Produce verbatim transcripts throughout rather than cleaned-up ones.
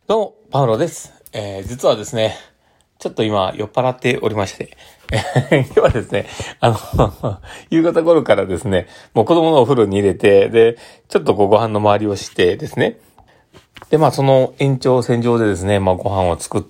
どうも、パウロです。えー、実はですね、ちょっと今酔っ払っておりまして、今日はですね、あの、夕方頃からですね、もう子供のお風呂に入れて、で、ちょっとこうご飯の周りをしてですね、で、まあその延長線上でですね、まあご飯を作って、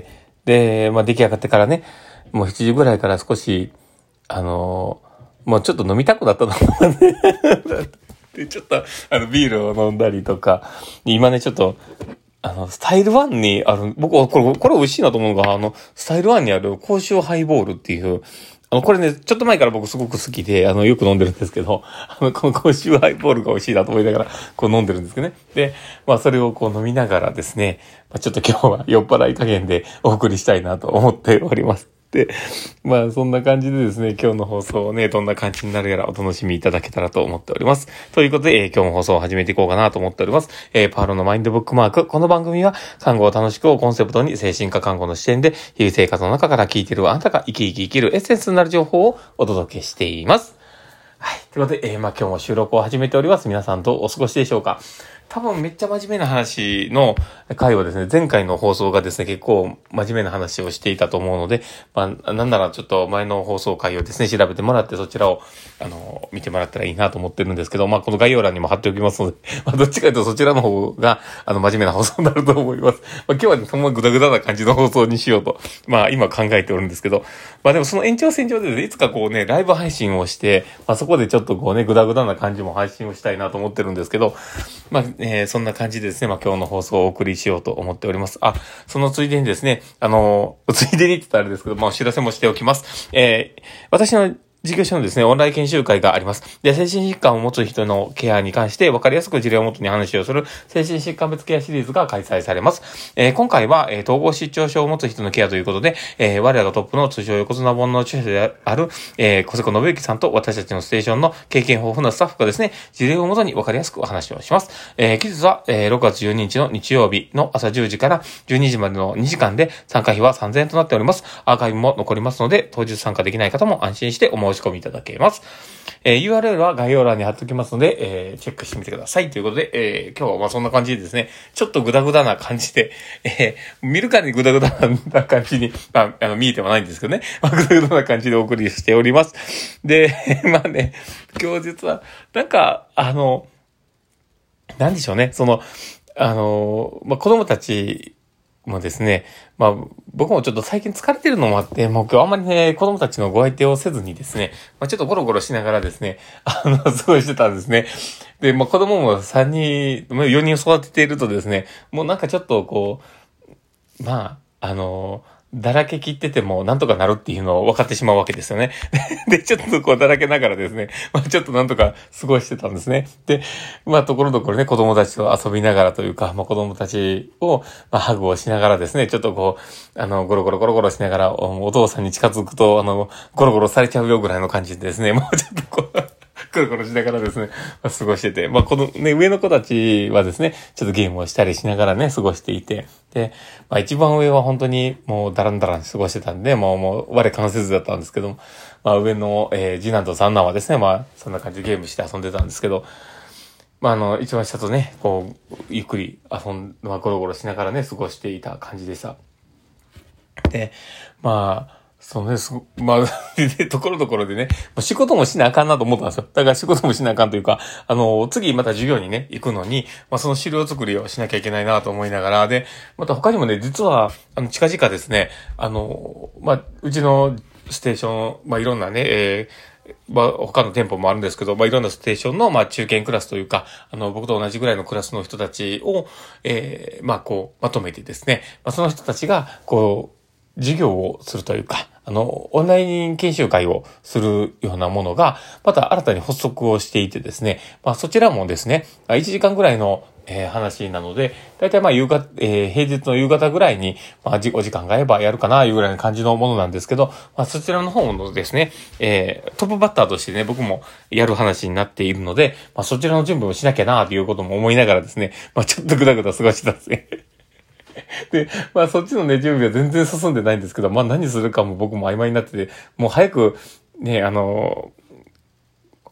で、まあ出来上がってからね、もうしちじぐらいから少し、あの、もうちょっと飲みたくなったので、で、ちょっと、あの、ビールを飲んだりとか、今ね、ちょっと、あの、スタイルワンにある、僕はこれ、これ美味しいなと思うのが、あの、スタイルワンにある甲州ハイボールっていう、あの、これね、ちょっと前から僕すごく好きで、あの、よく飲んでるんですけど、あの、この甲州ハイボールが美味しいなと思いながら、こう飲んでるんですけどね。で、まあ、それをこう飲みながらですね、まあ、ちょっと今日は酔っ払い加減でお送りしたいなと思っております。で、まあそんな感じでですね、今日の放送をね、どんな感じになるやらお楽しみいただけたらと思っております。ということで、えー、今日も放送を始めていこうかなと思っております。えー、パーロのマインドブックマーク。この番組は、看護を楽しくをコンセプトに精神科看護の視点で、日々生活の中から聞いているあなたが生き生き生きるエッセンスになる情報をお届けしています。はい。ということで、えー、まあ今日も収録を始めております。皆さんどうお過ごしでしょうか？多分めっちゃ真面目な話の回はですね、前回の放送がですね、結構真面目な話をしていたと思うので、まあ、なんならちょっと前の放送回をですね、調べてもらってそちらを、あの、見てもらったらいいなと思ってるんですけど、まあ、この概要欄にも貼っておきますので、まあ、どっちかというとそちらの方が、あの、真面目な放送になると思います。まあ、今日はね、そのままグダグダな感じの放送にしようと、まあ、今考えておるんですけど、まあ、でもその延長線上で、ね、いつかこうね、ライブ配信をして、まあ、そこでちょっとこうね、グダグダな感じも配信をしたいなと思ってるんですけど、まあ、えー、そんな感じでですね、まあ、今日の放送をお送りしようと思っております。あ、そのついでにですね、あの、ついでにって言ったらあれですけど、まあ、お知らせもしておきます。えー、私の事業所のですね、オンライン研修会があります。で、精神疾患を持つ人のケアに関して分かりやすく事例をもとに話をする精神疾患別ケアシリーズが開催されます。えー、今回は、えー、統合失調症を持つ人のケアということで、えー、我らがトップの通称横綱本の著者である、えー、小瀬子信之さんと私たちのステーションの経験豊富なスタッフがですね、事例をもとに分かりやすくお話をします。えー、期日は、えー、ろくがつじゅうににちの日曜日の朝じゅうじからじゅうにじまでのにじかんで参加費はさんぜんえんとなっております。アーカイブも残りますので、当日参加できない方も安心してお申し込みいただけます。えー、ユーアールエル は概要欄に貼っておきますので、えー、チェックしてみてください。ということで、えー、今日はまあそんな感じでですね、ちょっとグダグダな感じで、えー、見るからにグダグダな感じに、まあ、あの、見えてはないんですけどね、まあ、グダグダな感じでお送りしております。で、まあね、今日実は、なんか、あの、なんでしょうね、その、あの、まあ、子供たちもですね、まあ、僕もちょっと最近疲れてるのもあって、もう今日あんまりね、子供たちのご相手をせずにですね、まあ、ちょっとゴロゴロしながらですね、あの、過ごしてたんですね。で、まあ、子供もさんにん、よにん育てているとですね、もうなんかちょっとこう、まあ、あの、だらけ切っててもなんとかなるっていうのを分かってしまうわけですよね。で、ちょっとこうだらけながらですね、まあちょっとなんとか過ごしてたんですね。で、まあところどころね、子供たちと遊びながらというか、まあ子供たちを、まあハグをしながらですね、ちょっとこう、あの、ゴロゴロゴロゴロしながら、お、お父さんに近づくと、あの、ゴロゴロされちゃうよぐらいの感じでですね、もうちょっとこう、コロコロしながらですね、まあ、過ごしてて、まあ、このね、上の子たちはですね、ちょっとゲームをしたりしながらね、過ごしていて、で、まあ、一番上は本当にもうダランダラン過ごしてたんで、もう、もう、我関せずだったんですけども、まあ、上の、えー、次男と三男はですね、まあ、そんな感じでゲームして遊んでたんですけど、まあ、あの、一番下とね、こう、ゆっくり遊ん、まあ、ゴロゴロしながらね、過ごしていた感じでした。で、まあ、そうです。まあ、で、ところどころでね、仕事もしなあかんなと思ったんですよ。だから仕事もしなあかんというか、あの、次また授業にね、行くのに、まあその資料作りをしなきゃいけないなと思いながら、で、また他にもね、実は、あの、近々ですね、あの、まあ、うちのステーション、まあいろんなね、えーまあ、他の店舗もあるんですけど、まあ、いろんなステーションの、まあ、中堅クラスというか、あの、僕と同じぐらいのクラスの人たちを、えー、まあ、こう、まとめてですね、まあ、その人たちが、こう、授業をするというか、あの、オンライン研修会をするようなものが、また新たに発足をしていてですね、まあそちらもですね、いちじかんぐらいの、えー、話なので、だいたいまあ夕方、えー、平日の夕方ぐらいに、まあお時間があればやるかな、いうぐらいの感じのものなんですけど、まあそちらの方のですね、えー、トップバッターとしてね、僕もやる話になっているので、まあそちらの準備をしなきゃな、ということも思いながらですね、まあちょっとぐだぐだ過ごしてたんですね。で、まあそっちのね、準備は全然進んでないんですけど、まあ何するかも僕も曖昧になってて、もう早く、ね、あの、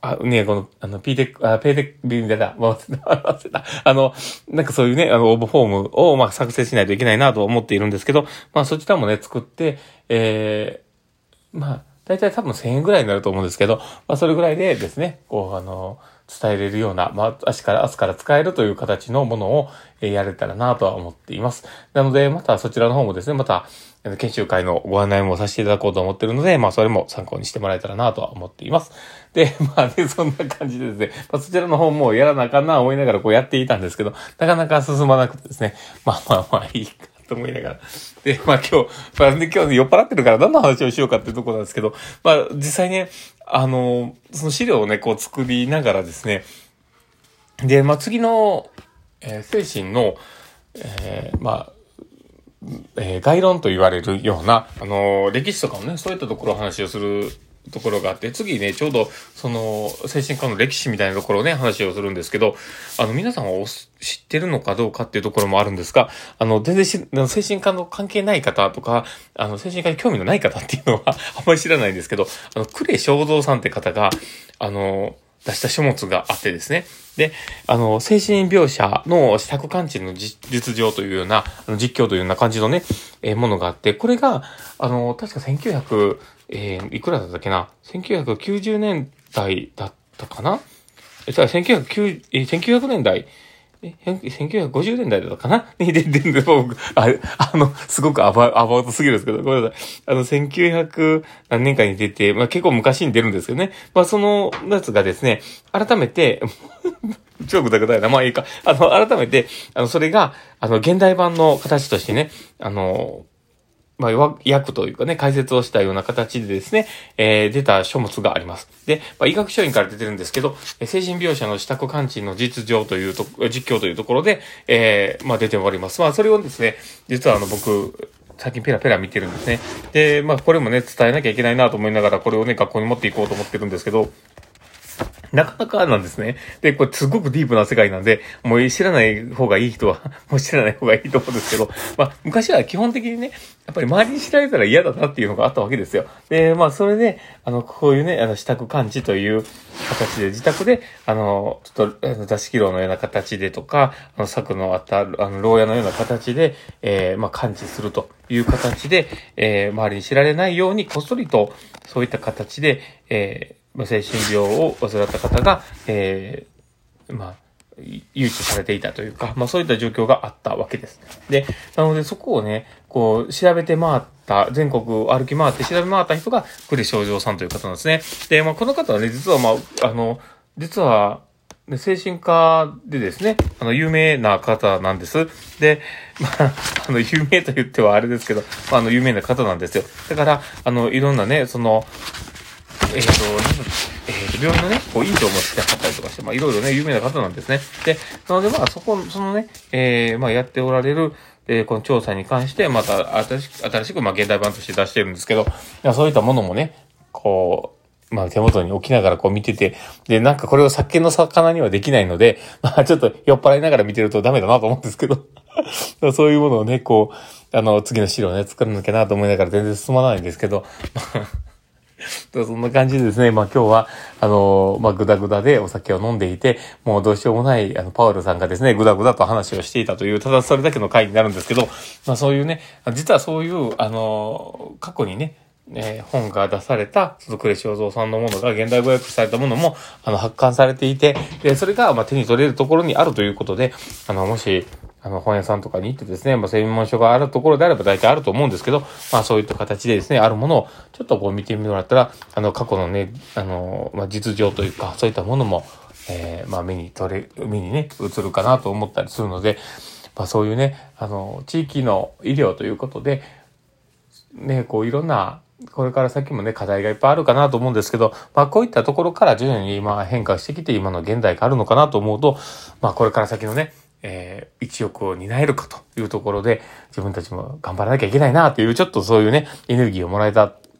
あ、ね、この、あの、ピーテック、あ、ペーテック、ビンだだ、忘れた、忘れた。あの、なんかそういうね、あの、応募フォームを、まあ、作成しないといけないなと思っているんですけど、まあ、そちらもね、作って、えー、まあ、だいたい多分せんえんぐらいになると思うんですけど、まあ、それぐらいでですね、こう、あの、伝えれるような、まあ、明日から、明日から使えるという形のものを、えー、やれたらなとは思っています。なので、またそちらの方もですね、また、研修会のご案内もさせていただこうと思っているので、まあ、それも参考にしてもらえたらなとは思っています。で、まあね、そんな感じでですね、まあ、そちらの方もやらなあかんな思いながらこうやっていたんですけど、なかなか進まなくてですね、まあまあまあいいかと思いながら。で、まあ今日、まあね、今日酔っ払ってるから何の話をしようかっていうところなんですけど、まあ実際ね、あの、その資料をね、こう作りながらですね、で、まあ次の、えー、精神の、えー、まあ、えー、概論と言われるような、あのー、歴史とかもね、そういったところを話をするところがあって、次ね、ちょうど、その、精神科の歴史みたいなところをね、話をするんですけど、あの、皆さんは知ってるのかどうかっていうところもあるんですが、あの、全然し、精神科の関係ない方とか、あの、精神科に興味のない方っていうのはあんまり知らないんですけど、あの、呉正蔵さんって方が、あの、出した書物があってですね。で、あの、精神描写の視覚感知の実情というような、あの実況というような感じのね、えー、ものがあって、これが、あの、確かせんきゅうひゃく、えー、いくらだったっけな ?せんきゅうひゃくきゅうじゅうねんだいだったかなえ、じゃあせんきゅうひゃくきゅう、えー、せんきゅうひゃくねんだい、え、せんきゅうひゃくごじゅうねんだいだったかなに出てるんで、僕、あ、あの、すごくアバ、アバウトすぎるんですけど、ごめんなさい。あの、せんきゅうひゃく何年かに出て、まあ結構昔に出るんですけどね。まあそのやつがですね、改めて、超ぐだぐだやな。まあいいか。あの、改めて、あの、それが、あの、現代版の形としてね、あの、まあ、訳というかね、解説をしたような形でですね、えー、出た書物があります。で、まあ、医学書院から出てるんですけど、精神描写の視覚感知の実情というと、実況というところで、えー、まあ、出ております。まあ、それをですね、実はあの、僕、最近ペラペラ見てるんですね。で、まあ、これもね、伝えなきゃいけないなと思いながら、これをね、学校に持っていこうと思ってるんですけど、なかなかなんですね。で、これすごくディープな世界なんで、もう知らない方がいい人は、もう知らない方がいいと思うんですけど、まあ、昔は基本的にね、やっぱり周りに知られたら嫌だなっていうのがあったわけですよ。で、まあ、それで、あの、こういうね、あの、支度感知という形で、自宅で、あの、ちょっと、あの、座敷牢のような形でとか、あの、柵のあった、あの、牢屋のような形で、えー、まあ、感知するという形で、えー、周りに知られないように、こっそりと、そういった形で、えー、精神病を患った方が、えー、まあ、誘致されていたというか、まあそういった状況があったわけです。で、なのでそこをね、こう、調べて回った、全国歩き回って調べ回った人が、呉正蔵さんという方なんですね。で、まあこの方はね、実はまあ、あの、実は、精神科でですね、あの、有名な方なんです。で、まあ、あの、有名と言ってはあれですけど、まあ、あの、有名な方なんですよ。だから、あの、いろんなね、その、えっ、ー、と、えー、と病院のね、こう、院長もしてはったりとかして、まあ、いろいろね、有名な方なんですね。で、なので、まあ、そこ、そのね、えー、まあ、やっておられる、えー、この調査に関して、また、新しく、新しく、まあ、現代版として出してるんですけど、そういったものもね、こう、まあ、手元に置きながらこう見てて、で、なんかこれを酒の魚にはできないので、まあ、ちょっと酔っ払いながら見てるとダメだなと思うんですけど、そういうものをね、こう、あの、次の資料をね、作らなきゃなと思いながら全然進まないんですけど、そんな感じでですね、まあ今日は、あの、まあぐだぐだでお酒を飲んでいて、もうどうしようもない、あの、パウルさんがですね、ぐだぐだと話をしていたという、ただそれだけの回になるんですけど、まあそういうね、実はそういう、あの、過去にね、えー、本が出された、その呉正蔵さんのものが現代語訳されたものも、あの、発刊されていて、で、それが、まあ手に取れるところにあるということで、あの、もし、あの、本屋さんとかに行ってですね、まあ、専門書があるところであれば大体あると思うんですけど、まあ、そういった形でですね、あるものをちょっとこう見てもらったら、あの、過去のね、あの、まあ、実情というか、そういったものも、えー、まあ、目に取れ、目にね、映るかなと思ったりするので、まあ、そういうね、あの、地域の医療ということで、ね、こういろんな、これから先もね、課題がいっぱいあるかなと思うんですけど、まあこういったところから徐々に今変化してきて、今の現代があるのかなと思うと、まあこれから先のね、えー、一翼を担えるかというところで、自分たちも頑張らなきゃいけないなという、ちょっとそういうね、エネルギーをもらえた、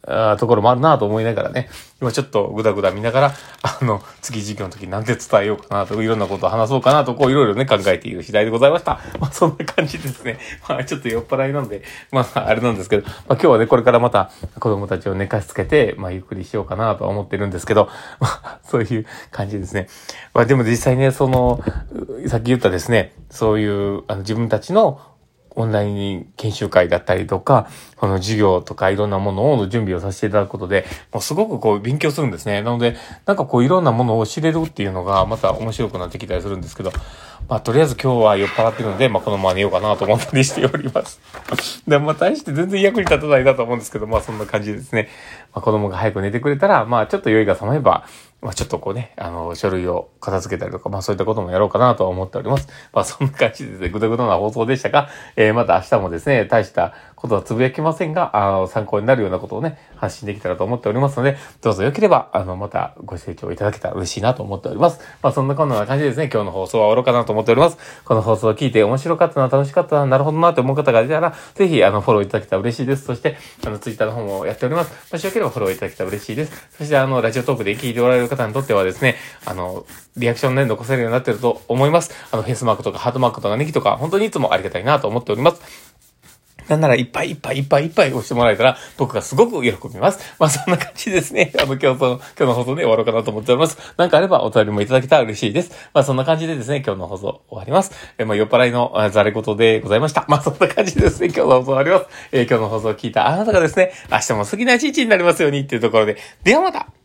あところもあるなと思いながらね、今ちょっとぐだぐだ見ながら、あの、次授業の時なんて伝えようかなと、いろんなことを話そうかなと、こういろいろね、考えている次第でございました。まあそんな感じですね。まあちょっと酔っ払いなんで、まああれなんですけど、まあ今日はね、これからまた子供たちを寝かしつけて、まあゆっくりしようかなとは思ってるんですけど、まあそういう感じですね。まあでも実際ね、その、さっき言ったですね、そういう、あの自分たちのオンライン研修会だったりとか、この授業とかいろんなものを準備をさせていただくことで、もうすごくこう勉強するんですね。なので、なんかこういろんなものを知れるっていうのがまた面白くなってきたりするんですけど、まあとりあえず今日は酔っ払ってるので、まあこのまま寝ようかなと思ったりしております。でまあ大して全然役に立たないなと思うんですけど、まあそんな感じですね。まあ子供が早く寝てくれたら、まあちょっと酔いが覚めば、まあちょっとこうね、あの、書類を片付けたりとか、まあそういったこともやろうかなとは思っております。まあそんな感じでですね、ぐだぐだな放送でしたが、えー、また明日もですね、大したことはつぶやきませんが、あの、参考になるようなことをね、発信できたらと思っておりますので、どうぞよければ、あの、またご清聴いただけたら嬉しいなと思っております。まあそんなこんな感じでですね、今日の放送は終わろうかなと思っております。この放送を聞いて面白かったな、楽しかったな、なるほどなと思う方がいたら、ぜひ、あの、フォローいただけたら嬉しいです。そして、あの、ツイッターの方もやっております。もしよければフォローいただけたら嬉しいです。そして、あの、ラジオトークで聞いておられる方にとってはですね、あの、リアクションね、残せるようになっていると思います。あの、フェイスマークとかハートマークとかネギとか、本当にいつもありがたいなと思っております。なんならいっぱいいっぱいいっぱいいっぱい押してもらえたら僕がすごく喜びます。まあそんな感じですね。あの今日その、今日の放送で終わろうかなと思っております。なんかあればお便りもいただけたら嬉しいです。まあそんな感じでですね、今日の放送終わります。えまあ酔っ払いのざれ言でございました。まあそんな感じでですね、今日の放送終わります。えー、今日の放送を聞いたあなたがですね、明日も好きな一日になりますようにっていうところで、ではまた